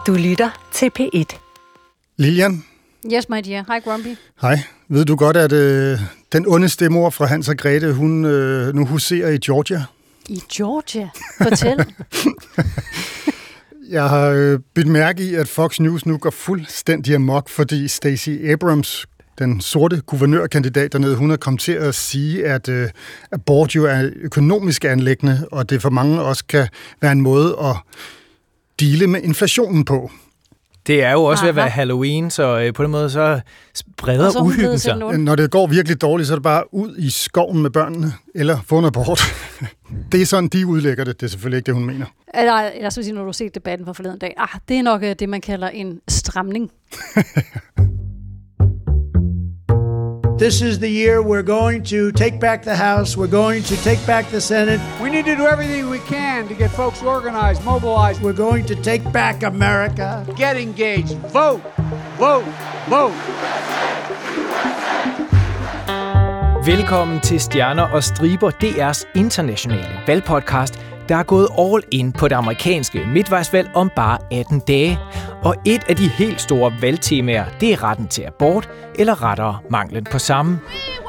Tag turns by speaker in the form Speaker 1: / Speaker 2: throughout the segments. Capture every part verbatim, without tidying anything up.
Speaker 1: Du lytter til P et.
Speaker 2: Lilian?
Speaker 3: Yes, my dear. Hej, Grumpy.
Speaker 2: Hej. Ved du godt, at øh, den onde stemmor fra Hans og Grete, hun øh, nu huserer i Georgia?
Speaker 3: I Georgia? Fortæl.
Speaker 2: Jeg har øh, bidt mærke i, at Fox News nu går fuldstændig amok, fordi Stacey Abrams, den sorte guvernørkandidat dernede, hun er kommet til at sige, at øh, abort jo er økonomisk anliggende, og det for mange også kan være en måde at deale med inflationen på.
Speaker 4: Det er jo også ved at være Halloween, så øh, på den måde så spreder så uhyggen sig.
Speaker 2: Når det går virkelig dårligt, så er det bare ud i skoven med børnene, eller få en abort. Det er sådan, de udlægger det. Det er selvfølgelig ikke det, hun mener.
Speaker 3: Eller, eller så vil sige, når du har set debatten fra forleden dag, ah, det er nok det, man kalder en stramning.
Speaker 5: This is the year we're going to take back the House. We're going to take back the Senate.
Speaker 6: We need to do everything we can to get folks organized, mobilized.
Speaker 5: We're going to take back America.
Speaker 6: Get engaged. Vote. Vote. Vote.
Speaker 4: Velkommen til Stjerner og Striber, D R's internationale valgpodcast, der er gået all in på det amerikanske midtvejsvalg om bare atten dage. Og et af de helt store valgtemaer, det er retten til abort, eller rettere manglen på samme.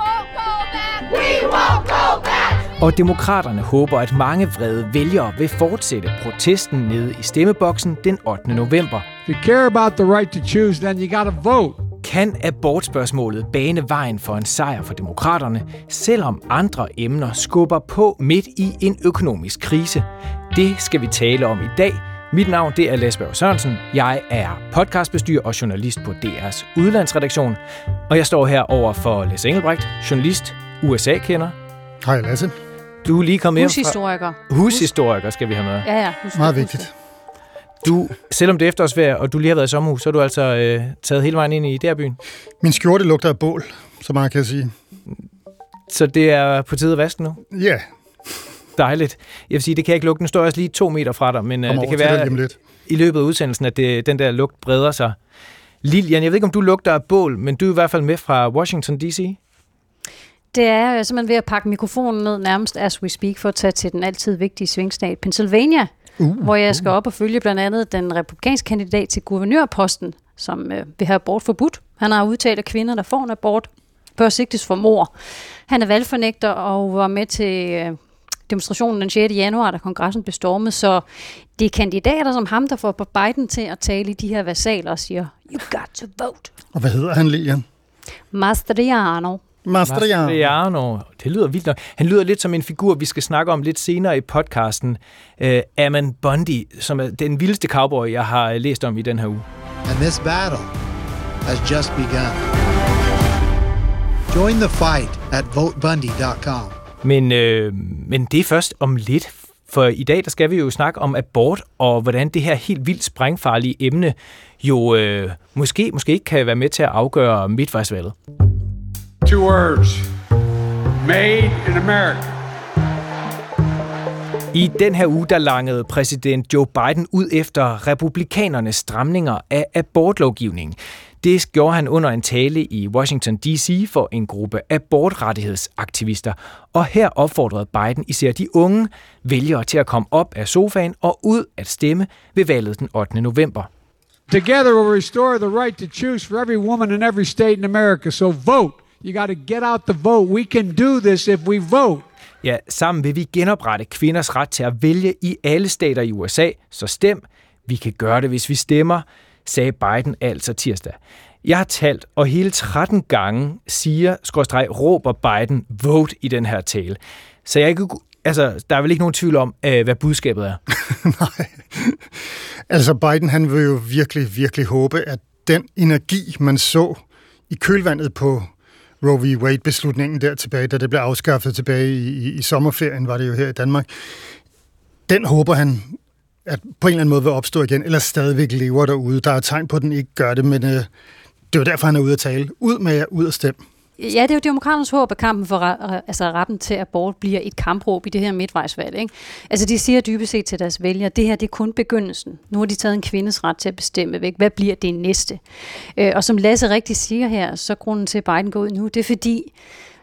Speaker 4: Og demokraterne håber, at mange vrede vælgere vil fortsætte protesten nede i stemmeboksen den ottende november.
Speaker 6: If you care about the right to choose, then you gotta vote.
Speaker 4: Kan abortspørgsmålet bane vejen for en sejr for demokraterne, selvom andre emner skubber på midt i en økonomisk krise? Det skal vi tale om i dag. Mit navn det er Lasse Berg Sørensen. Jeg er podcastbestyrer og journalist på D R's udlandsredaktion. Og jeg står her over for Lasse Engelbrecht, journalist, U S A-kender.
Speaker 2: Hej Lasse.
Speaker 4: Du er lige kommet hjem fra...
Speaker 3: Hushistoriker.
Speaker 4: Hushistoriker skal vi have med.
Speaker 3: Ja, ja.
Speaker 2: Husk, Meget vigtigt.
Speaker 4: Du, selvom det er efterårsferie, og du lige har været i sommerhus, så har du altså øh, taget hele vejen ind i der byen.
Speaker 2: Min skjorte lugter af bål, så meget kan jeg sige.
Speaker 4: Så det er på tide at vaske nu?
Speaker 2: Ja. Yeah.
Speaker 4: Dejligt. Jeg vil sige, det kan jeg ikke lugte. Nu står jeg også lige to meter fra dig, men øh, det kan være
Speaker 2: lidt.
Speaker 4: I løbet af udsendelsen, at det, den der lugt breder sig. Lilian, jeg ved ikke, om du lugter af bål, men du er i hvert fald med fra Washington D C.
Speaker 3: Det er simpelthen ved at pakke mikrofonen ned nærmest as we speak for at tage til den altid vigtige svingstat Pennsylvania, uh, hvor jeg skal op og følge blandt andet den republikanske kandidat til guvernørposten, som øh, vil have abort forbudt. Han har udtalt, at kvinder, der får en abort, bør sigtes for mord. Han er valgfornægter og var med til øh, demonstrationen den sjette januar, da kongressen blev stormet, så det er kandidater som ham, der får Biden til at tale i de her versaler og siger, you got to vote.
Speaker 2: Og hvad hedder han, Lilian?
Speaker 3: Mastriano.
Speaker 2: Mastriano.
Speaker 4: Mastriano. Det lyder vildt nok. Han lyder lidt som en figur, vi skal snakke om lidt senere i podcasten. Uh, Ammon Bundy, som er den vildeste cowboy, jeg har læst om i den her uge.
Speaker 7: And this battle has just begun. Join the fight at vote bundy dot com.
Speaker 4: Men, øh, men det er først om lidt, for i dag der skal vi jo snakke om abort, og hvordan det her helt vildt sprængfarlige emne jo øh, måske, måske ikke kan være med til at afgøre midtvejsvalget.
Speaker 6: Two words. Made in America.
Speaker 4: I den her uge, der langede præsident Joe Biden ud efter republikanernes stramninger af abortlovgivningen. Det gjorde han under en tale i Washington D C for en gruppe abortrettighedsaktivister. Og her opfordrede Biden især de unge vælgere til at komme op af sofaen og ud at stemme ved valget den ottende november.
Speaker 6: Together we'll restore the right to choose for every woman in every state in America. So vote. You got to get out the vote. We can do this if we vote.
Speaker 4: Ja, sammen vil vi genoprette kvinders ret til at vælge i alle stater i U S A. Så stem. Vi kan gøre det, hvis vi stemmer, sagde Biden altså tirsdag. Jeg har talt, og hele tretten gange siger, skråstreg, råber Biden vote i den her tale. Så jeg ikke, altså, der er vel ikke nogen tvivl om, hvad budskabet er?
Speaker 2: Nej. Altså Biden, han vil jo virkelig, virkelig håbe, at den energi, man så i kølvandet på Roe v. Wade-beslutningen der tilbage, da det blev afskaffet tilbage i, i, i sommerferien, var det jo her i Danmark, den håber han, at på en eller anden måde vil opstå igen, eller stadigvæk lever derude. Der er tegn på, at den ikke gør det, men øh, det er jo derfor, han er ude at tale. Ud med jer, ud at stemme.
Speaker 3: Ja, det er jo demokraternes håb, at kampen for altså retten til abort bliver et kampråb i det her midtvejsvalg. Ikke? Altså de siger dybest set til deres vælgere, det her det er kun begyndelsen. Nu har de taget en kvindes ret til at bestemme væk. Hvad bliver det næste? Øh, og som Lasse rigtig siger her, så grunden til, at Biden går ud nu, det er fordi,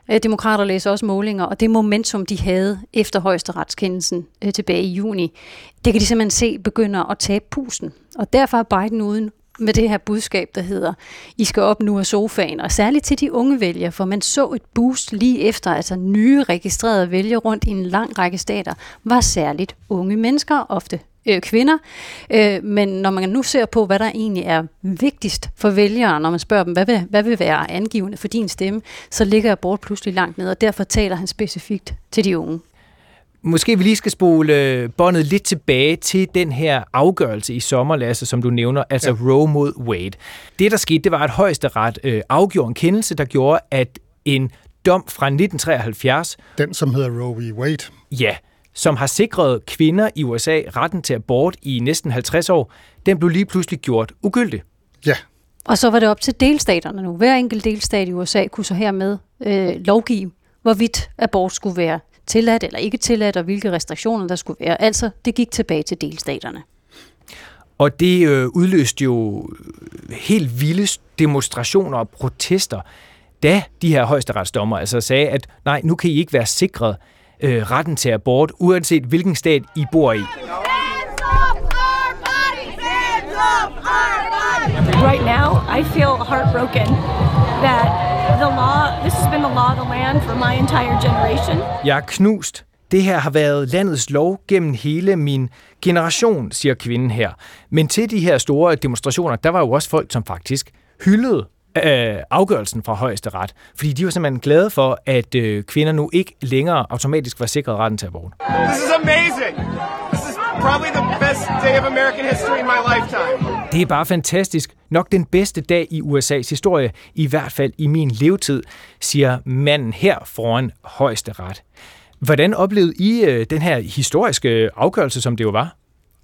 Speaker 3: Demokrater læser også målinger, og det momentum, de havde efter højesteretskendelsen øh, tilbage i juni, det kan de simpelthen se begynder at tabe pusten. Og derfor er Biden uden med det her budskab, der hedder, I skal op nu af sofaen, og særligt til de unge vælgere, for man så et boost lige efter, altså nye registrerede vælgere rundt i en lang række stater, var særligt unge mennesker, ofte øh, kvinder. Øh, men når man nu ser på, hvad der egentlig er vigtigst for vælgere, når man spørger dem, hvad vil, hvad vil være angivende for din stemme, så ligger abort pludselig langt ned, og derfor taler han specifikt til de unge.
Speaker 4: Måske vi lige skal spole båndet lidt tilbage til den her afgørelse i sommer, Lasse, som du nævner, altså ja. Roe mod Wade. Det, der skete, det var, at højesteret øh, afgjorde en kendelse, der gjorde, at en dom fra nitten treoghalvfjerds...
Speaker 2: Den, som hedder Roe v. Wade.
Speaker 4: Ja, som har sikret kvinder i U S A retten til abort i næsten halvtreds år, den blev lige pludselig gjort ugyldig.
Speaker 2: Ja.
Speaker 3: Og så var det op til delstaterne nu. Hver enkelt delstat i U S A kunne så hermed øh, lovgive, hvorvidt abort skulle være tilladt eller ikke tilladt, og hvilke restriktioner der skulle være. Altså, det gik tilbage til delstaterne.
Speaker 4: Og det øh, udløste jo helt vilde demonstrationer og protester, da de her højesteretsdommer altså sagde, at nej, nu kan I ikke være sikret øh, retten til abort, uanset hvilken stat I bor i.
Speaker 1: Right now, I feel heartbroken that the law, this has been the law of the land for my entire generation.
Speaker 4: Jeg er knust. Det her har været landets lov gennem hele min generation, siger kvinden her. Men til de her store demonstrationer, der var jo også folk, som faktisk hyldede øh, afgørelsen fra højesteret. Fordi de var simpelthen glade for, at øh, kvinder nu ikke længere automatisk var sikret retten til abort.
Speaker 8: This is amazing! This is probably the best day of American history in my lifetime.
Speaker 4: Det er bare fantastisk. Nok den bedste dag i U S A's historie, i hvert fald i min levetid, siger manden her foran højesteret. Hvordan oplevede I øh, den her historiske afgørelse, som det jo var?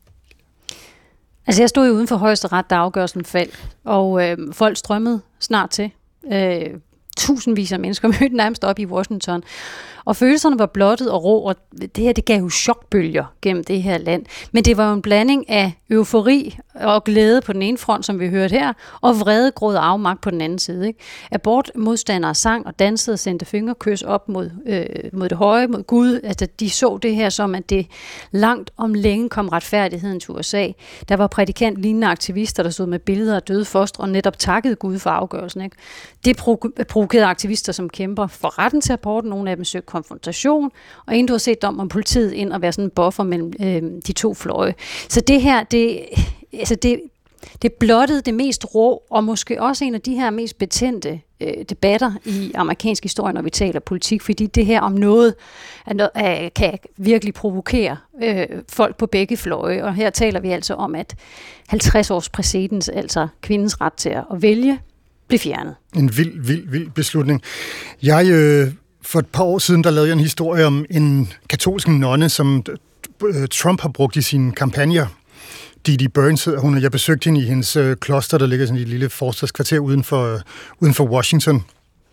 Speaker 3: Altså, jeg stod jo uden for højesteret, da afgørelsen faldt, og øh, folk strømmede snart til. Øh, tusindvis af mennesker mødte nærmest op i Washington. Og følelserne var blottet og rå, og det her, det gav jo chokbølger gennem det her land. Men det var jo en blanding af eufori og glæde på den ene front, som vi hørte her, og vrede, gråd og afmagt på den anden side. Ikke? Abortmodstandere sang og dansede og sendte fingerkys op mod, øh, mod det høje, mod Gud. Altså, de så det her som, at det langt om længe kom retfærdigheden til U S A. Der var prædikant-lignende aktivister, der stod med billeder af døde fostre og netop takkede Gud for afgørelsen. Ikke? Det provokerede aktivister, som kæmper for retten til abort. Nogle af dem søgte konfrontation, og inden du har set dom om politiet ind og være sådan en buffer mellem øh, de to fløje. Så det her, det, altså det, det blottede det mest rå, og måske også en af de her mest betændte øh, debatter i amerikansk historie, når vi taler politik, fordi det her om noget, er, øh, kan virkelig provokere øh, folk på begge fløje, og her taler vi altså om, at halvtreds års præcedens, altså kvindens ret til at vælge, blev fjernet.
Speaker 2: En vild, vild, vild beslutning. Jeg... Øh For et par år siden, der lavede jeg en historie om en katolsk nonne, som Trump har brugt i sine kampagner. Didi Burns hedder hun, og jeg besøgte hende i hendes kloster, der ligger sådan i et lille forstadskvarter uden for, uden for Washington.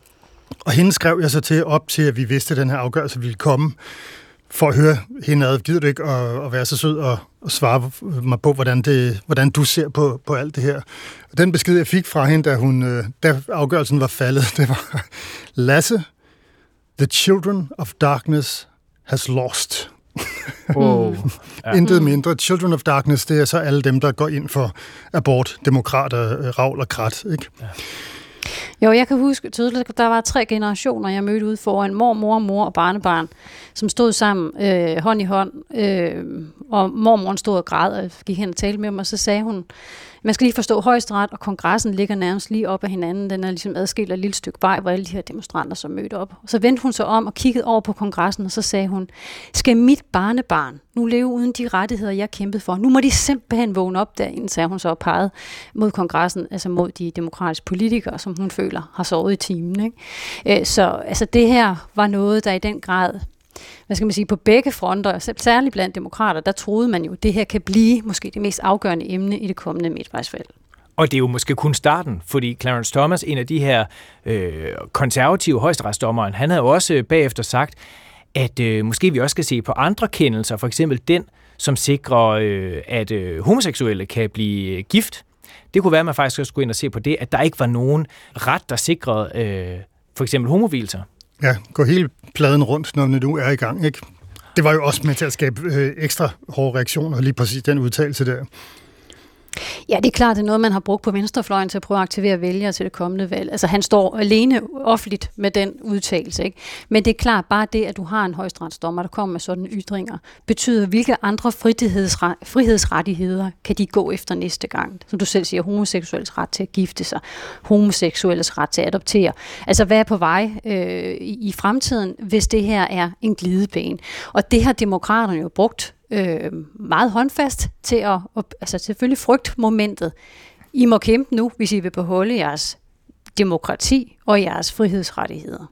Speaker 2: Og hende skrev jeg så til op til, at vi vidste, at den her afgørelse ville komme, for at høre hende ad. Gider du ikke at, at være så sød og, og svare mig på, hvordan, det, hvordan du ser på, på alt det her? Og den besked, jeg fik fra hende, da, hun, da afgørelsen var faldet, det var, Lasse, the children of darkness has lost.
Speaker 4: Oh.
Speaker 2: Ja. Intet mindre. Children of darkness, det er så alle dem, der går ind for abort, demokrater, ravl og krat, ikke? Ja.
Speaker 3: Jo, jeg kan huske tydeligt, at der var tre generationer, jeg mødte ude foran mor, mor, mor og barnebarn, som stod sammen øh, hånd i hånd, øh, og mormoren stod og græd, og gik hen og talte med dem, og så sagde hun, man skal lige forstå, højesteret og kongressen ligger nærmest lige op ad hinanden. Den er ligesom adskilt af et lille stykke vej, hvor alle de her demonstranter så mødte op. Så vendte hun sig om og kiggede over på kongressen, og så sagde hun, skal mit barnebarn nu leve uden de rettigheder, jeg kæmpede for? Nu må de simpelthen vågne op derinde, sagde hun så og pegede mod kongressen, altså mod de demokratiske politikere, som hun føler har sovet i timen. Ikke? Så altså, det her var noget, der i den grad, hvad skal man sige, på begge fronter, særligt blandt demokrater, der troede man jo, at det her kan blive måske det mest afgørende emne i det kommende midtvejsvalg.
Speaker 4: Og det er jo måske kun starten, fordi Clarence Thomas, en af de her øh, konservative højesteretsdommere, han havde jo også bagefter sagt, at øh, måske vi også skal se på andre kendelser, for eksempel den, som sikrer, øh, at øh, homoseksuelle kan blive gift. Det kunne være, at man faktisk også skulle ind og se på det, at der ikke var nogen ret, der sikrede øh, for eksempel homovilser.
Speaker 2: Ja, gå hele pladen rundt, når det nu er i gang, ikke? Det var jo også med til at skabe øh, ekstra hårde reaktioner, lige præcis den udtalelse der.
Speaker 3: Ja, det er klart, det er noget, man har brugt på venstrefløjen til at prøve at aktivere vælgere til det kommende valg. Altså, han står alene offentligt med den udtalelse, ikke? Men det er klart, bare det, at du har en højesteretsdommer, der kommer med sådan ytringer, betyder, hvilke andre frihedsre- frihedsrettigheder kan de gå efter næste gang? Som du selv siger, homoseksuelles ret til at gifte sig, homoseksuelles ret til at adoptere. Altså, hvad er på vej øh, i, i fremtiden, hvis det her er en glidebane? Og det har demokraterne jo brugt Øh, meget håndfast til at, altså selvfølgelig frygtmomentet. I må kæmpe nu, hvis I vil beholde jeres demokrati og jeres frihedsrettigheder.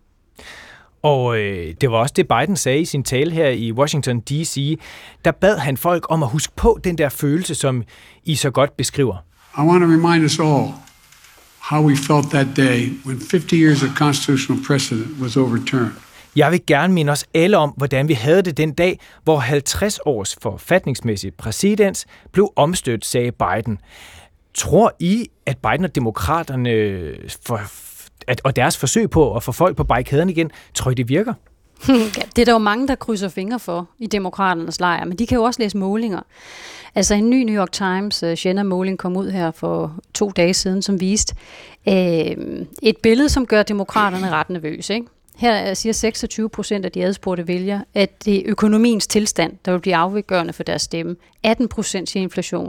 Speaker 4: Og øh, det var også det, Biden sagde i sin tale her i Washington D C. Der bad han folk om at huske på den der følelse, som I så godt beskriver.
Speaker 6: I want to remind us all how we felt that day when fifty years of constitutional precedent was overturned.
Speaker 4: Jeg vil gerne minde os alle om, hvordan vi havde det den dag, hvor halvtreds års forfatningsmæssig præcedens blev omstødt, sagde Biden. Tror I, at Biden og demokraterne for, at, og deres forsøg på at få folk på barrikaderne igen, tror I, det virker?
Speaker 3: Ja, det er der jo mange, der krydser fingre for i demokraternes lejr, men de kan jo også læse målinger. Altså en ny New York Times uh, Siena-måling kom ud her for to dage siden, som viste uh, et billede, som gør demokraterne ret nervøse, ikke? Her siger seksogtyve procent af de adspurgte vælgere, at det er økonomiens tilstand, der vil blive afgørende for deres stemme. atten procent siger inflation.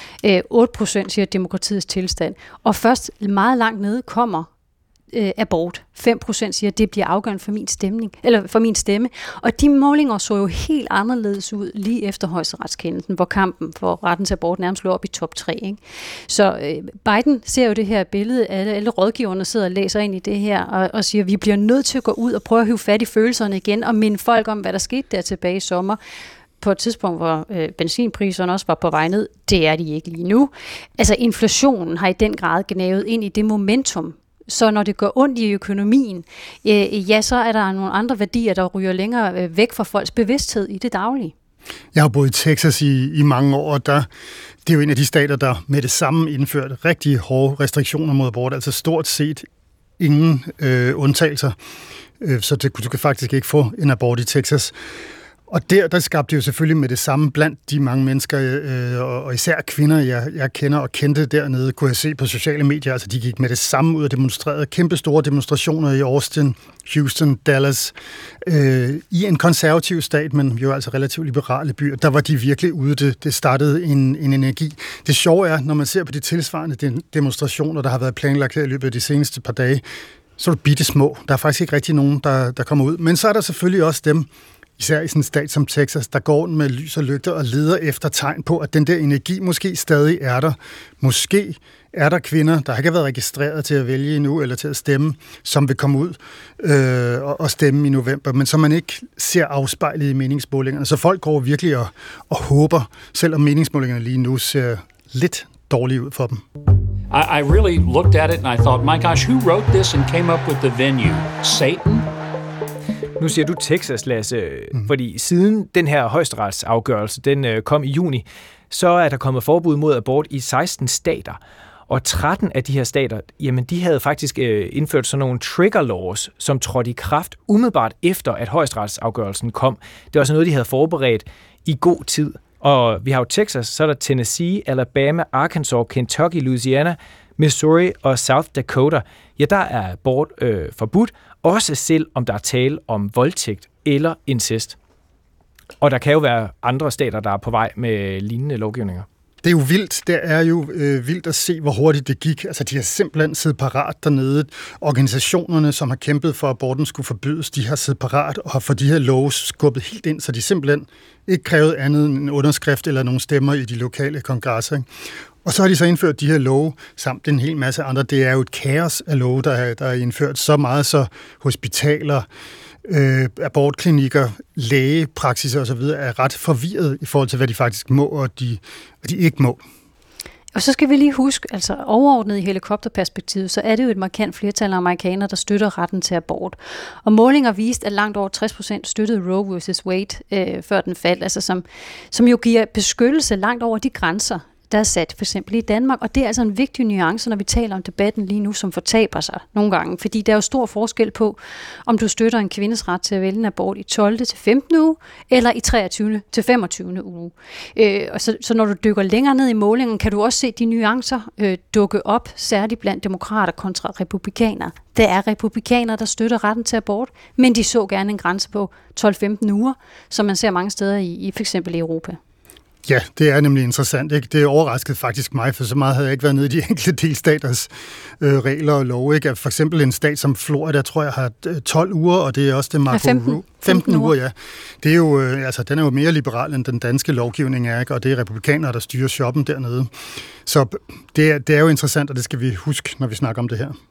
Speaker 3: otte procent siger demokratiets tilstand. Og først meget langt nede kommer øh, abort. fem procent siger, at det bliver afgørende for min, stemning, eller for min stemme. Og de målinger så jo helt anderledes ud lige efter højesteretskendelsen, hvor kampen for retten til abort nærmest lå op i top tre. Ikke? Så øh, Biden ser jo det her billede, alle, alle rådgiverne sidder og læser ind i det her, og, og siger, at vi bliver nødt til at gå ud og prøve at hive fat i følelserne igen, og minde folk om, hvad der skete der tilbage i sommer, på et tidspunkt, hvor øh, benzinpriserne også var på vej ned. Det er de ikke lige nu. Altså inflationen har i den grad gnavet ind i det momentum. Så når det går ondt i økonomien, øh, ja, så er der nogle andre værdier, der ryger længere øh, væk fra folks bevidsthed i det daglige.
Speaker 2: Jeg har boet i Texas i, i mange år, og der, det er jo en af de stater, der med det samme indførte rigtig hårde restriktioner mod abort, altså stort set ingen øh, undtagelser. Øh, så det, du kan faktisk ikke få en abort i Texas. Og der, der skabte jo selvfølgelig med det samme blandt de mange mennesker, øh, og, og især kvinder, jeg, jeg kender og kendte dernede, kunne jeg se på sociale medier. Altså, de gik med det samme ud og demonstrerede kæmpe store demonstrationer i Austin, Houston, Dallas, øh, i en konservativ stat, men jo altså relativt liberale byer. Der var de virkelig ude. Det, det startede en, en energi. Det sjove er, når man ser på de tilsvarende demonstrationer, der har været planlagt her i løbet af de seneste par dage, så er det bitte små. Der er faktisk ikke rigtig nogen, der, der kommer ud. Men så er der selvfølgelig også dem, især i sådan en stat som Texas, der går med lys og lygter og leder efter tegn på, at den der energi måske stadig er der. Måske er der kvinder, der ikke har været registreret til at vælge endnu, eller til at stemme, som vil komme ud øh, og, og stemme i november, men som man ikke ser afspejlet i meningsmålingerne. Så folk går virkelig og, og håber, selvom meningsmålingerne lige nu ser lidt dårlige ud for dem.
Speaker 9: I, I really looked at it and I thought, my gosh, who wrote this and came up with the venue? Satan?
Speaker 4: Nu siger du Texas, Lasse, mm. fordi siden den her højesteretsafgørelse, den øh, kom i juni, så er der kommet forbud mod abort i seksten stater. Og tretten af de her stater, jamen de havde faktisk øh, indført sådan nogle trigger laws, som trådte i kraft umiddelbart efter, at højesteretsafgørelsen kom. Det var sådan noget, de havde forberedt i god tid. Og vi har jo Texas, så er der Tennessee, Alabama, Arkansas, Kentucky, Louisiana, Missouri og South Dakota. Ja, der er abort øh, forbudt, også selv om der er tale om voldtægt eller incest. Og der kan jo være andre stater, der er på vej med lignende lovgivninger.
Speaker 2: Det er jo vildt. Det er jo øh, vildt at se, hvor hurtigt det gik. Altså, de har simpelthen siddet parat dernede. Organisationerne, som har kæmpet for, at aborten skulle forbydes, de har siddet parat og har fået de her love skubbet helt ind, så de simpelthen ikke krævet andet end en underskrift eller nogle stemmer i de lokale kongresser. Ikke? Og så har de så indført de her love, samt en hel masse andre. Det er jo et kaos af love, der er, der er indført. Så meget så hospitaler, øh, abortklinikker, lægepraksiser osv. er ret forvirret i forhold til, hvad de faktisk må, og de, og de ikke må.
Speaker 3: Og så skal vi lige huske, altså overordnet i helikopterperspektivet, så er det jo et markant flertal af amerikanere, der støtter retten til abort. Og målinger viste, at langt over tres procent støttede Roe versus Wade, øh, før den faldt, altså som, som jo giver beskyttelse langt over de grænser, der er sat for eksempel i Danmark. Og det er altså en vigtig nuance, når vi taler om debatten lige nu, som fortaber sig nogle gange. Fordi der er jo stor forskel på, om du støtter en kvindes ret til at vælge en abort i tolvte til femtende uge, eller i treogtyvende til femogtyvende uge. Øh, og så, så når du dykker længere ned i målingen, kan du også se de nuancer øh, dukke op, særligt blandt demokrater kontra republikanere. Der er republikanere, der støtter retten til abort, men de så gerne en grænse på tolv til femten uger, som man ser mange steder i, i for eksempel i Europa.
Speaker 2: Ja, det er nemlig interessant. Ikke? Det overraskede faktisk mig, for så meget havde jeg ikke været nede i de enkelte delstaters øh, regler og love. Ikke? For eksempel en stat som Florida, tror jeg, har tolv uger, og det er også det Marco
Speaker 3: ja, femten,
Speaker 2: femten, femten uger, ja. Det er jo, øh, altså, den er jo mere liberal, end den danske lovgivning er, ikke? Og det er republikanere, der styrer shoppen dernede. Så det er, det er jo interessant, og det skal vi huske, når vi snakker om det her.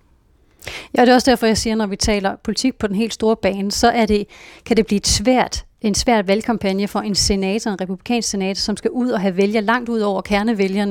Speaker 3: Ja, det er også derfor, jeg siger, når vi taler politik på den helt store bane, så er det, kan det blive et svært en svær valgkampagne for en senator, en republikansk senator, som skal ud og have vælger langt ud over kernevælgerne,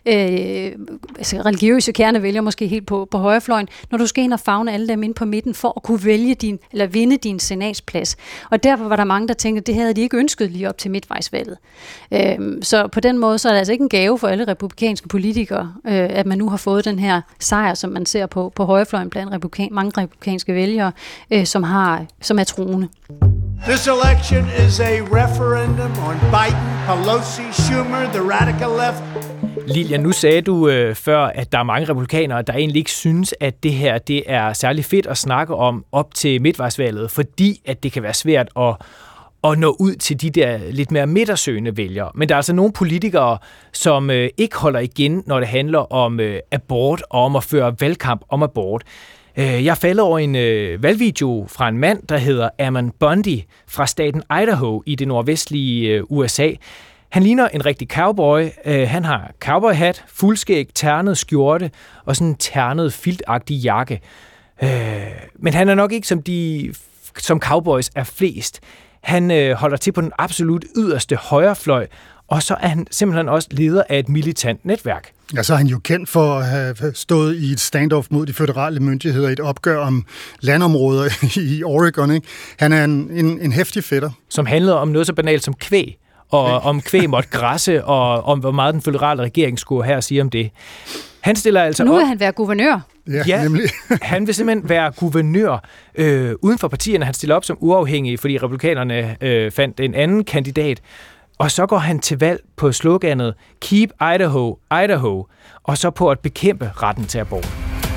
Speaker 3: øh, altså religiøse kernevælger måske helt på, på højrefløjen, når du skal ind og favne alle dem ind på midten for at kunne vælge din, eller vinde din senatsplads. Og derfor var der mange, der tænkte, at det havde de ikke ønsket lige op til midtvejsvalget. Øh, så på den måde, så er det altså ikke en gave for alle republikanske politikere, øh, at man nu har fået den her sejr, som man ser på, på højrefløjen blandt republikan, mange republikanske vælgere, øh, som, har, som er troende.
Speaker 5: This election is a referendum on Biden, Pelosi, Schumer, the radical left.
Speaker 4: Lilian, nu sagde du øh, før, at der er mange republikanere, der egentlig ikke synes, at det her det er særlig fedt at snakke om op til midtvejsvalget, fordi at det kan være svært at, at nå ud til de der lidt mere midtersøgende vælgere. Men der er altså nogle politikere, som øh, ikke holder igen, når det handler om øh, abort og om at føre valgkamp om abort. Jeg faldt over en øh, valgvideo fra en mand, der hedder Ammon Bundy fra staten Idaho i det nordvestlige øh, U S A. Han ligner en rigtig cowboy. Øh, han har cowboyhat, fuldskæg, ternet skjorte og sådan en ternet filtagtig jakke. Øh, men han er nok ikke som de som cowboys er flest. Han øh, holder til på den absolut yderste højrefløj, og så er han simpelthen også leder af et militant netværk.
Speaker 2: Ja, så er han jo kendt for at have stået i et standoff mod de føderale myndigheder i et opgør om landområder i Oregon. Ikke? Han er en, en, en heftig fætter.
Speaker 4: Som handlede om noget så banalt som kvæg, og okay. om kvæg måtte græsse, og om hvor meget den føderale regering skulle her sige om det. Han stiller altså
Speaker 3: nu vil
Speaker 4: op.
Speaker 3: han være guvernør.
Speaker 2: Ja,
Speaker 4: ja
Speaker 2: nemlig.
Speaker 4: Han vil simpelthen være guvernør øh, uden for partierne. Han stiller op som uafhængig, fordi republikanerne øh, fandt en anden kandidat. Og så går han til valg på sloganet Keep Idaho, Idaho, og så på at bekæmpe retten til abort.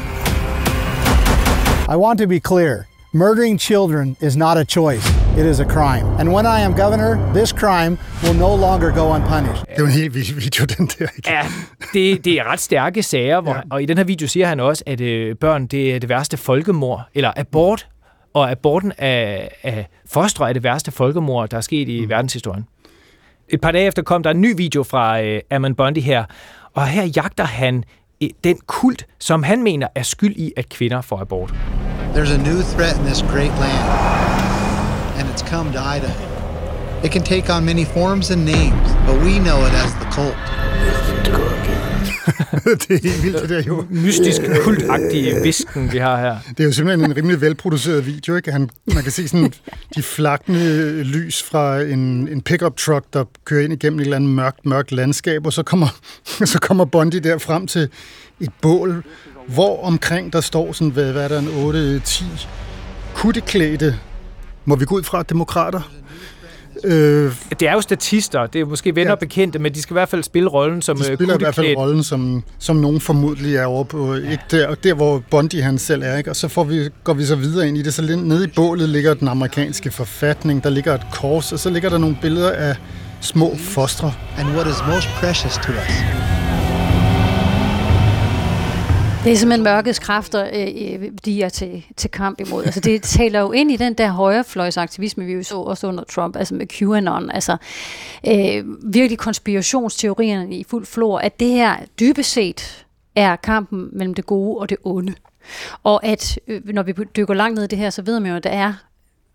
Speaker 10: I want to be clear. Murdering children is not a choice. It is a crime. And when I am governor, this crime will no longer go unpunished.
Speaker 2: Det er jo en helt vild video, den der. Ikke?
Speaker 4: Ja, det, det er ret stærke sager, hvor, ja. Og i den her video siger han også, at øh, børn det er det værste folkemord, eller abort, og aborten af, af fostre er det værste folkemord, der er sket i mm. verdenshistorien. Et par dage efter kom der en ny video fra øh, Ammon Bundy her, og her jagter han øh, den kult, som han mener er skyld i, at kvinder får abort.
Speaker 7: There's a new threat in this great land, and it's come to Idaho. It can take on many forms and names, but we know it as the cult.
Speaker 2: Det er helt vildt, det der jo.
Speaker 4: Mystisk, kultagtige visken, vi har her.
Speaker 2: Det er jo simpelthen en rimelig velproduceret video, ikke? Han, man kan se sådan de flakkende lys fra en, en pickup truck, der kører ind igennem et eller andet mørkt, mørkt landskab, og så kommer, så kommer Bundy der frem til et bål, hvor omkring der står sådan, hvad, hvad er der, en otte ti kutteklædte, må vi gå ud fra, demokrater?
Speaker 4: Øh, det er jo statister, det er måske venner ja. bekendte, men de skal i hvert fald spille rollen som
Speaker 2: kutteklædt. De spiller i hvert fald rollen, som, som nogen formodentlig er over på, ikke der, der hvor Bundy han selv er, ikke? Og så får vi, går vi så videre ind i det, så nede i bålet ligger den amerikanske forfatning, der ligger et kors, og så ligger der nogle billeder af små fostre.
Speaker 7: And what is most precious to us?
Speaker 3: Det er simpelthen mørkets kræfter, øh, de er til, til kamp imod. Altså, det taler jo ind i den der højrefløjsaktivisme, vi jo så også under Trump, altså med QAnon. Altså, øh, virkelig konspirationsteorierne i fuld flor, at det her dybest set er kampen mellem det gode og det onde. Og at øh, når vi dykker langt ned i det her, så ved man jo, at der er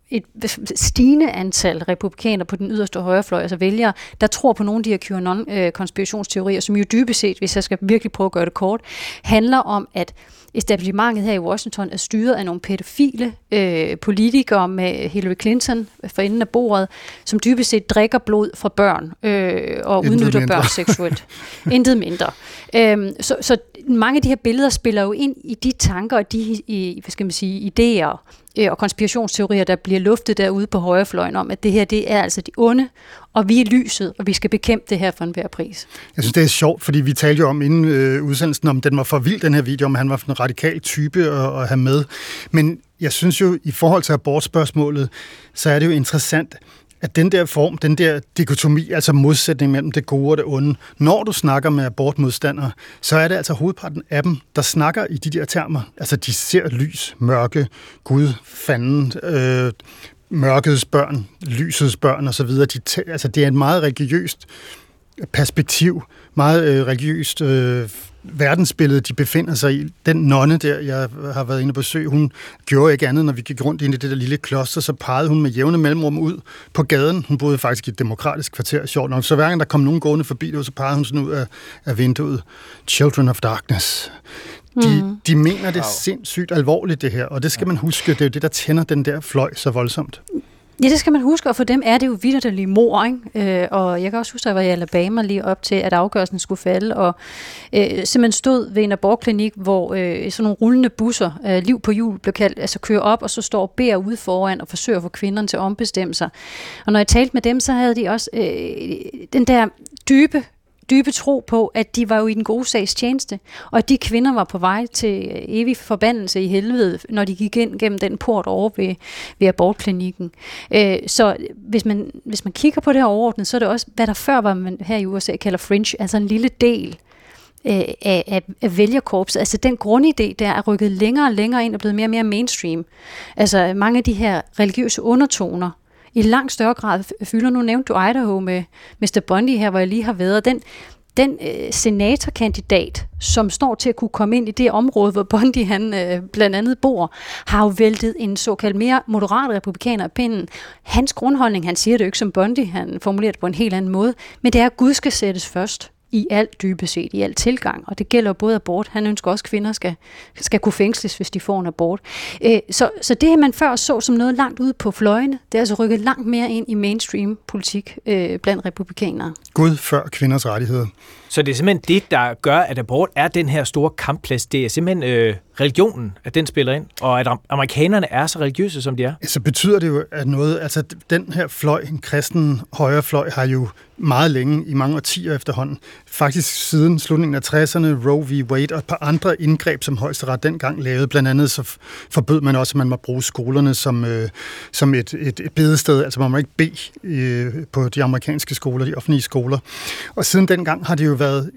Speaker 3: et stigende antal republikanere på den yderste højrefløj, altså vælgere, der tror på nogle af de her QAnon-konspirationsteorier, som jo dybest set, hvis jeg skal virkelig prøve at gøre det kort, handler om, at establishmentet her i Washington er styret af nogle pædofile øh, politikere med Hillary Clinton for enden af bordet, som dybest set drikker blod fra børn øh, og Intet udnytter mindre. børn seksuelt. Intet mindre. Øhm, så, så mange af de her billeder spiller jo ind i de tanker og de i, hvad skal man sige, idéer øh, og konspirationsteorier, der bliver luftet derude på højrefløjen om, at det her det er altså de onde, og vi er lyset, og vi skal bekæmpe det her for enhver pris. Jeg
Speaker 2: synes, det er sjovt, fordi vi talte jo om inden øh, udsendelsen, om den var for vild, den her video, om han var en radikal type at, at have med. Men jeg synes jo, i forhold til abortspørgsmålet, så er det jo interessant, at den der form, den der dikotomi, altså modsætning mellem det gode og det onde, når du snakker med abortmodstandere, så er det altså hovedparten af dem, der snakker i de der termer. Altså, de ser lys, mørke, Gud, fanden, øh, mørkets børn, lysets børn osv. De t- altså, det er et meget religiøst perspektiv, meget øh, religiøst øh, verdensbillede, de befinder sig i. Den nonne der, jeg har været inde på besøg, hun gjorde ikke andet, når vi gik rundt ind i det der lille kloster, så pegede hun med jævne mellemrum ud på gaden. Hun boede faktisk i et demokratisk kvarter, sjovt nok. Så hver gang der kom nogen gående forbi det, så pegede hun sådan ud af, af vinduet. Children of Darkness. De, mm. de mener det sindssygt alvorligt, det her, og det skal man huske. Det er jo det, der tænder den der fløj så voldsomt.
Speaker 3: Ja, det skal man huske, og for dem er det jo vitterligt mor, ikke? Øh, og jeg kan også huske, at jeg var i Alabama lige op til, at afgørelsen skulle falde, og øh, simpelthen stod ved en abortklinik, hvor øh, sådan nogle rullende busser, øh, liv på hjul, blev kaldt, altså kører op, og så står og beder ude foran og forsøger at få kvinderne til at ombestemme sig. Og når jeg talte med dem, så havde de også øh, den der dybe dybe tro på, at de var jo i den gode sags tjeneste, og at de kvinder var på vej til evig forbandelse i helvede, når de gik ind gennem den port over ved, ved abortklinikken. Øh, så hvis man, hvis man kigger på det her overordnet, så er det også, hvad der før var man her i U S A kalder fringe, altså en lille del af, af, af vælgerkorpset. Altså den grundidé, der er rykket længere og længere ind og blevet mere og mere mainstream. Altså mange af de her religiøse undertoner, i langt større grad fylder. Nu nævnte du Idaho med mister Bundy her, hvor jeg lige har været. Den, den øh, senatorkandidat, som står til at kunne komme ind i det område, hvor Bundy han øh, blandt andet bor, har jo væltet en såkaldt mere moderat republikaner af pinden. Hans grundholdning, han siger det jo ikke som Bundy, han formulerer det på en helt anden måde, men det er, at Gud skal sættes først i alt dybest set, i alt tilgang, og det gælder både abort. Han ønsker også, at kvinder skal, skal kunne fængsles, hvis de får en abort. Øh, så, så det, man før så som noget langt ude på fløjene, det er altså rykket langt mere ind i mainstream politik øh, blandt republikanere.
Speaker 2: Gud før kvinders rettigheder.
Speaker 4: Så det er simpelthen det, der gør, at abort er den her store kampplads. Det er simpelthen øh, religionen, at den spiller ind, og at amerikanerne er så religiøse, som de er.
Speaker 2: Så betyder det jo, at noget, altså den her fløj, en kristen højrefløj, har jo meget længe, i mange årtier efterhånden, faktisk siden slutningen af tresserne, Roe v. Wade og et par andre indgreb, som Højesteret dengang lavede. Blandt andet så forbød man også, at man må bruge skolerne som, øh, som et, et, et bedested. Altså man må ikke bede øh, på de amerikanske skoler, de offentlige skoler. Og siden dengang har det jo været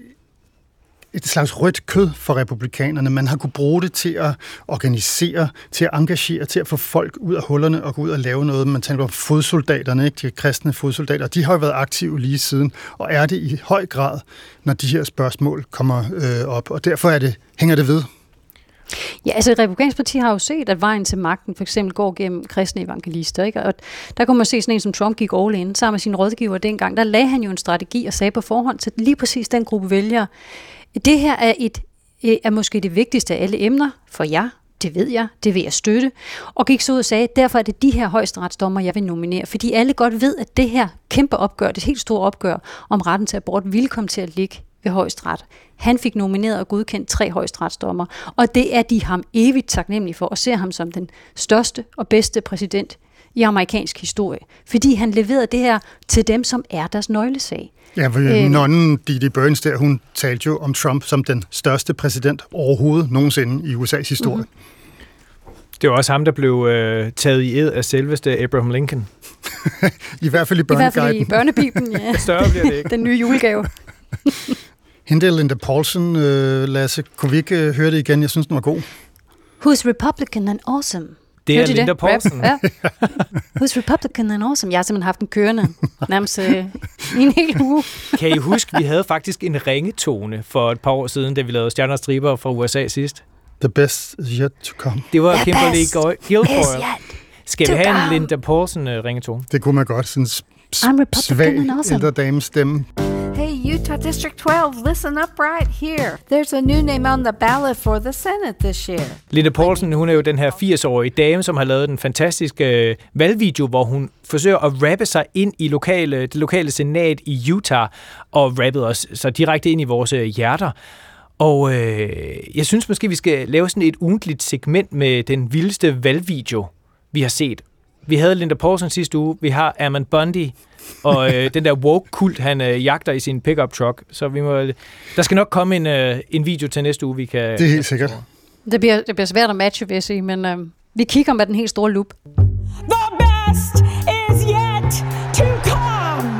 Speaker 2: et slags rødt kød for republikanerne. Man har kunne bruge det til at organisere, til at engagere, til at få folk ud af hullerne og gå ud og lave noget. Man tænker på fodsoldaterne, ikke? De kristne fodsoldater. De har jo været aktive lige siden, og er det i høj grad, når de her spørgsmål kommer øh, op. Og derfor er det, hænger det ved.
Speaker 3: Ja, altså Republikansk Parti har jo set, at vejen til magten for eksempel går gennem kristne evangelister, ikke? Og der kunne man se sådan en, som Trump gik all in, sammen med sine rådgiver dengang. Der lagde han jo en strategi og sagde på forhånd til lige præcis den gruppe vælgere, det her er, et, er måske det vigtigste af alle emner for jer, det ved jeg, det vil jeg støtte, og gik så ud og sagde, derfor er det de her højesteretsdommer, jeg vil nominere, fordi alle godt ved, at det her kæmpe opgør, det helt store opgør om retten til abort, ville komme til at ligge ved højesteret. Han fik nomineret og godkendt tre højesteretsdommer, og det er de ham evigt taknemmelige for, og ser ham som den største og bedste præsident i amerikansk historie, fordi han leverede det her til dem, som er deres nøglesag.
Speaker 2: Ja, for øhm, nonnen Didi Burns der, hun talte jo om Trump som den største præsident overhovedet nogensinde i U S A's historie. Mm-hmm.
Speaker 4: Det var også ham, der blev øh, taget i ed af selveste Abraham Lincoln.
Speaker 2: I hvert fald i børneguiden.
Speaker 3: I hvert fald i børnebiblen, ja.
Speaker 4: Større bliver det ikke.
Speaker 3: Den nye julegave.
Speaker 2: Hende der Linda Paulsen, øh, Lasse, kunne vi ikke øh, høre det igen? Jeg synes, den var god.
Speaker 3: Who's Republican and awesome?
Speaker 4: Det er Linda Paulsen.
Speaker 3: Ja. Who's Republican and awesome? Jeg har simpelthen haft den kørende nærmest øh, i en hel uge.
Speaker 4: Kan I huske, vi havde faktisk en ringetone for et par år siden, da vi lavede Stjerner og Striber fra U S A sidst?
Speaker 2: The best is yet to come.
Speaker 4: Det var The Kimberly Guilfoyle. Skal vi have en Linda Paulsen-ringetone?
Speaker 2: Det kunne man godt. Sådan en svag ældre dames stemme.
Speaker 11: Hey, Utah District twelve, listen up right here. There's a new name on the ballot for the Senate this year.
Speaker 4: Linda Paulsen, hun er jo den her firs-årige dame, som har lavet den fantastiske øh, valgvideo, hvor hun forsøger at rappe sig ind i lokale, det lokale senat i Utah, og rappede os så direkte ind i vores hjerter. Og øh, jeg synes måske, vi skal lave sådan et ugentligt segment med den vildeste valgvideo, vi har set. Vi havde Linda Paulsen sidste uge, vi har Ammon Bundy, og øh, den der woke-kult, han øh, jagter i sin pickup truck. Så vi må, der skal nok komme en, øh, en video til næste uge, vi kan...
Speaker 2: Det er helt sikkert.
Speaker 3: Det bliver, det bliver svært at matche, vil jeg sige, men øh, vi kigger med den helt store lup.
Speaker 12: The best is yet to come!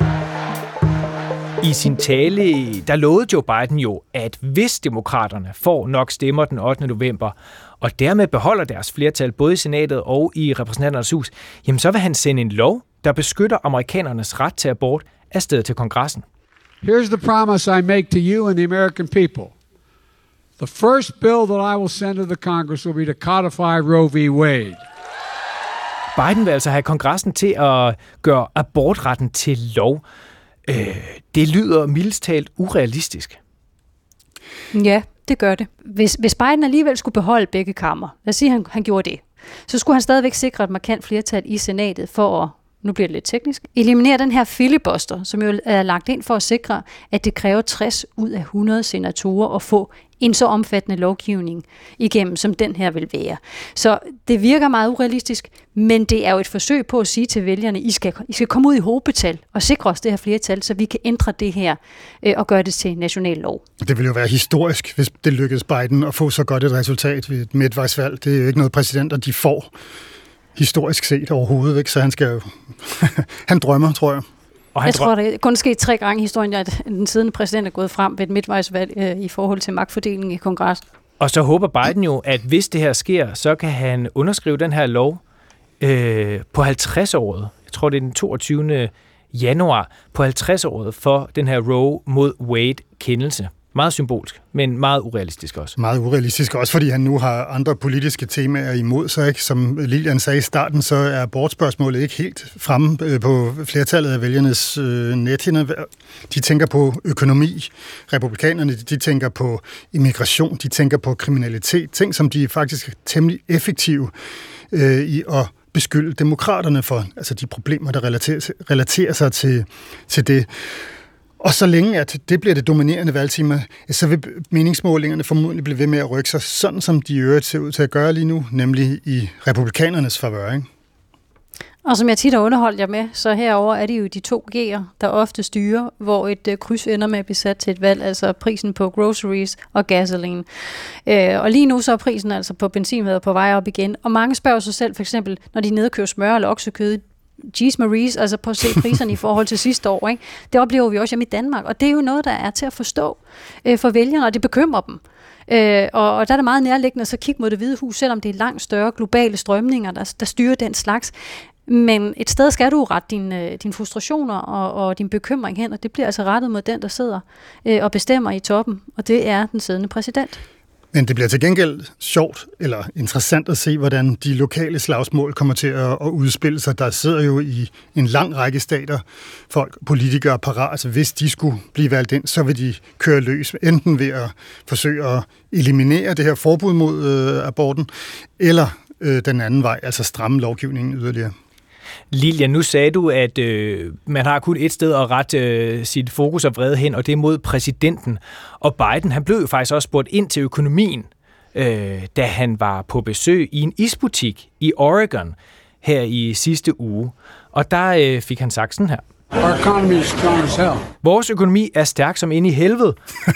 Speaker 4: I sin tale, der lovede Joe Biden jo, at hvis demokraterne får nok stemmer den ottende november, og dermed beholder deres flertal både i senatet og i repræsentanternes hus, jamen så vil han sende en lov, der beskytter amerikanernes ret til abort afsted til kongressen.
Speaker 6: Here's the promise I make to you and the American people. The first bill that I will send to the Congress will be to codify Roe v. Wade.
Speaker 4: Biden vil altså have kongressen til at gøre abortretten til lov. Øh, det lyder mildest talt urealistisk.
Speaker 3: Ja, det gør det. Hvis, hvis Biden alligevel skulle beholde begge kammer, lad os sige, at han, han gjorde det, så skulle han stadigvæk sikre et markant flertal i senatet for at, nu bliver det lidt teknisk, eliminere den her filibuster, som jo er lagt ind for at sikre, at det kræver tres ud af hundrede senatorer at få en så omfattende lovgivning igennem, som den her vil være. Så det virker meget urealistisk, men det er jo et forsøg på at sige til vælgerne, I skal, I skal komme ud i hobetal og sikre os det her flertal, så vi kan ændre det her øh, og gøre det til national lov.
Speaker 2: Det ville jo være historisk, hvis det lykkedes Biden at få så godt et resultat ved et midtvejsvalg. Det er jo ikke noget præsidenter, de får historisk set overhovedet, ikke? Så han skal jo... han drømmer, tror jeg.
Speaker 3: Og jeg tror, det er kun sket tre gange i historien, at den siddende præsident er gået frem ved et midtvejsvalg øh, i forhold til magtfordelingen i kongressen.
Speaker 4: Og så håber Biden jo, at hvis det her sker, så kan han underskrive den her lov øh, på halvtreds-året. Jeg tror, det er den toogtyvende januar på halvtreds-året for den her Roe mod Wade-kendelse. Meget symbolsk, men meget urealistisk også.
Speaker 2: Meget urealistisk også, fordi han nu har andre politiske temaer imod sig. Ikke? Som Lilian sagde i starten, så er abortspørgsmålet ikke helt fremme på flertallet af vælgernes øh, nethinde. De tænker på økonomi. Republikanerne, de tænker på immigration. De tænker på kriminalitet. Ting, som de faktisk er temmelig effektive øh, i at beskylde demokraterne for. Altså de problemer, der relaterer, relaterer sig til, til det. Og så længe, at det bliver det dominerende valgtema, så vil meningsmålingerne formodentlig blive ved med at rykke sig, sådan som de i øvrigt ser ud til at gøre lige nu, nemlig i republikanernes favør, ikke?
Speaker 3: Og som jeg tit har underholdt jer med, så herover er det jo de to G'er, der ofte styrer, hvor et øh, kryds ender med at blive sat til et valg, altså prisen på groceries og gasoline. Øh, og lige nu så er prisen altså på benzin på vej op igen, og mange spørger sig selv, for eksempel, når de nedkører smør eller oksekød, Jeez Maries, altså på at se priserne i forhold til sidste år, ikke? Det oplever vi også hjemme i Danmark, og det er jo noget, der er til at forstå øh, for vælgerne, og det bekymrer dem. Øh, og, og der er det meget nærliggende at så kigge mod Det Hvide Hus, selvom det er langt større globale strømninger, der, der styrer den slags. Men et sted skal du rette dine, dine frustrationer og, og din bekymring hen, og det bliver altså rettet mod den, der sidder øh, og bestemmer i toppen, og det er den siddende præsident.
Speaker 2: Men det bliver til gengæld sjovt eller interessant at se, hvordan de lokale slagsmål kommer til at, at udspille sig. Der sidder jo i en lang række stater folk, politikere parat. Altså, hvis de skulle blive valgt ind, så vil de køre løs, enten ved at forsøge at eliminere det her forbud mod øh, aborten, eller øh, den anden vej, altså stramme lovgivningen yderligere.
Speaker 4: Lilian, nu sagde du, at øh, man har kun et sted at rette øh, sit fokus og vrede hen, og det er mod præsidenten. Og Biden, han blev jo faktisk også spurgt ind til økonomien, øh, da han var på besøg i en isbutik i Oregon her i sidste uge. Og der øh, fik han sagt sådan her.
Speaker 6: Our economy is strong as hell.
Speaker 4: Vores økonomi er stærk som inde i helvede,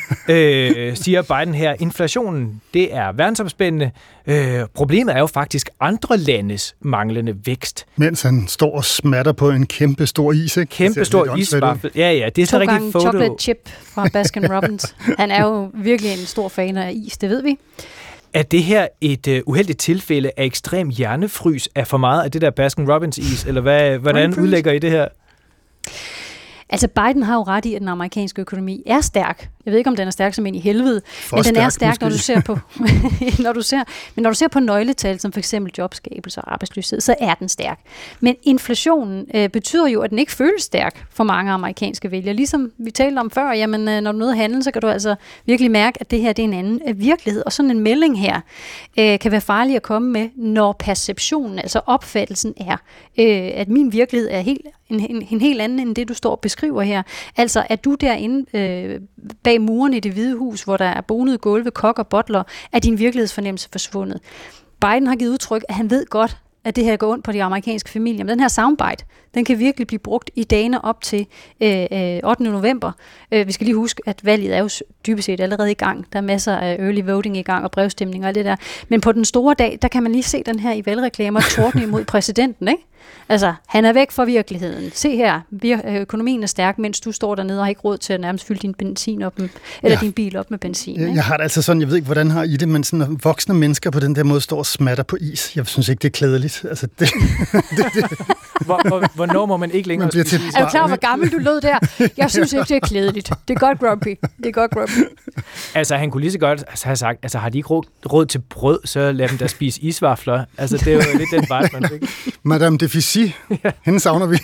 Speaker 4: øh, siger Biden her. Inflationen, det er verdensomspændende. Øh, problemet er jo faktisk andre landes manglende vækst.
Speaker 2: Mens han står og smatter på en kæmpe stor is, ikke?
Speaker 4: Kæmpe stor isvaffel. Ja, ja, det er så rigtig foto.
Speaker 3: To gange chocolate chip fra Baskin Robbins. Han er jo virkelig en stor fan af is, det ved vi.
Speaker 4: Er det her et uh, uheldigt tilfælde af ekstrem hjernefrys af for meget af det der Baskin Robbins is, eller hvad, hvordan udlægger I det her?
Speaker 3: Altså Biden har jo ret i, at den amerikanske økonomi er stærk. Jeg ved ikke, om den er stærk som ind i helvede,
Speaker 2: For
Speaker 3: men den
Speaker 2: stærk,
Speaker 3: er stærk,
Speaker 2: måske.
Speaker 3: når du ser på når du ser, men når du ser på nøgletal, som for eksempel jobskabelse og arbejdsløshed, så er den stærk. Men inflationen øh, betyder jo, at den ikke føles stærk for mange amerikanske vælgere. Ligesom vi talte om før, jamen øh, når du møder handel, så kan du altså virkelig mærke, at det her det er en anden øh, virkelighed. Og sådan en melding her øh, kan være farlig at komme med, når perceptionen, altså opfattelsen er, øh, at min virkelighed er helt En, en, en helt anden end det, du står og beskriver her. Altså, at du derinde øh, bag muren i Det Hvide Hus, hvor der er bonede gulve, kok og butler, er din virkelighedsfornemmelse forsvundet. Biden har givet udtryk, at han ved godt, at det her går ondt på de amerikanske familier. Men den her soundbite, den kan virkelig blive brugt i dagene op til øh, ottende november. Øh, vi skal lige huske, at valget er jo dybest set allerede i gang. Der er masser af early voting i gang og brevstemning og alt det der. Men på den store dag, der kan man lige se den her i valgreklamer tordne imod præsidenten, ikke? Altså, han er væk fra virkeligheden. Se her, økonomien er stærk, mens du står dernede og har ikke råd til at nærmest fylde din benzin op med, eller ja. din bil op med benzin. Ikke?
Speaker 2: Jeg har det altså sådan, jeg ved ikke, hvordan har I det, men sådan, at voksne mennesker på den der måde står og smatter på is. Jeg synes ikke, det er klædeligt. Altså, det, det, det.
Speaker 4: Hvor, hvor, hvornår må man ikke længere
Speaker 2: man
Speaker 4: spise?
Speaker 3: Er du klar, hvor gammel du lød der? Jeg synes ikke, det er klædeligt. Det er godt, Grumpy. Det er godt, Grumpy.
Speaker 4: Altså, han kunne lige så godt have sagt, altså, har de ikke råd, råd til brød, så lad dem da spise isvafler. Altså, det er jo lidt den vej, man fik.
Speaker 2: Madame Deficit, hende savner vi.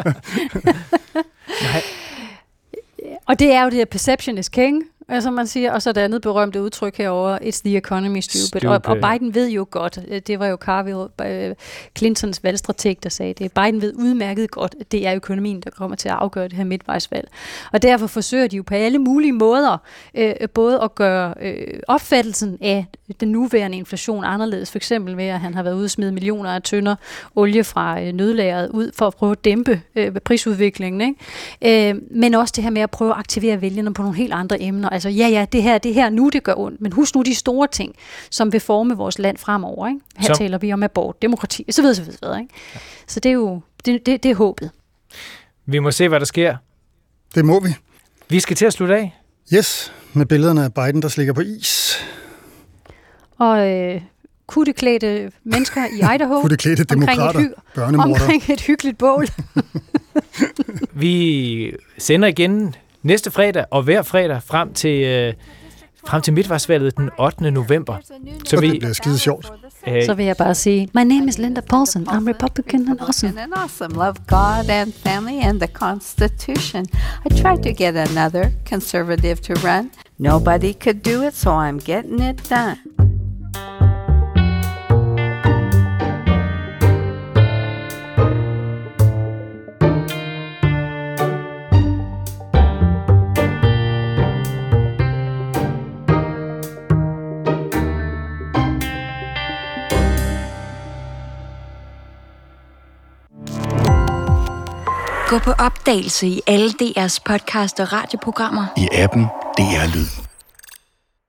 Speaker 4: Nej.
Speaker 3: Og det er jo det her perception is king, som man siger, og så det andet berømte udtryk herover, it's the economy stupid. stupid. Og, og Biden ved jo godt, det var jo Carville, Clintons valgstrateg, der sagde det. Biden ved udmærket godt, at det er økonomien, der kommer til at afgøre det her midtvejsvalg. Og derfor forsøger de jo på alle mulige måder øh, både at gøre øh, opfattelsen af den nuværende inflation anderledes, for eksempel ved, at han har været ude og smide millioner af tønder olie fra øh, nødlageret ud for at prøve at dæmpe øh, prisudviklingen, ikke? Øh, men også det her med at prøve at aktivere vælgerne på nogle helt andre emner. Altså, ja, ja, det her, det her nu, det gør ondt, men husk nu de store ting, som vil forme vores land fremover, ikke? Her så taler vi om abort, demokrati, så videre, så videre, ikke? Ja. Så det er jo, det, det, det er håbet.
Speaker 4: Vi må se, hvad der sker.
Speaker 2: Det må vi.
Speaker 4: Vi skal til at slutte af.
Speaker 2: Yes, med billederne af Biden, der slikker på is.
Speaker 3: Og øh, kutteklædte mennesker i Idaho.
Speaker 2: Kutteklædte demokrater, hy- børnemorder.
Speaker 3: Omkring et hyggeligt bål.
Speaker 4: Vi sender igen næste fredag og hver fredag frem til, øh, frem til midtvejsvalget den ottende november.
Speaker 2: Så vi, det bliver skide sjovt.
Speaker 3: Øh, Så vil jeg bare sige, my name is Linda Paulson. I'm Republican and awesome.
Speaker 11: And awesome. Love God and family and the Constitution. I tried to get another conservative to run. Nobody could do it, so I'm getting it done.
Speaker 13: Gå på opdagelse i alle D R's podcast og radioprogrammer.
Speaker 14: I appen D R Lyd.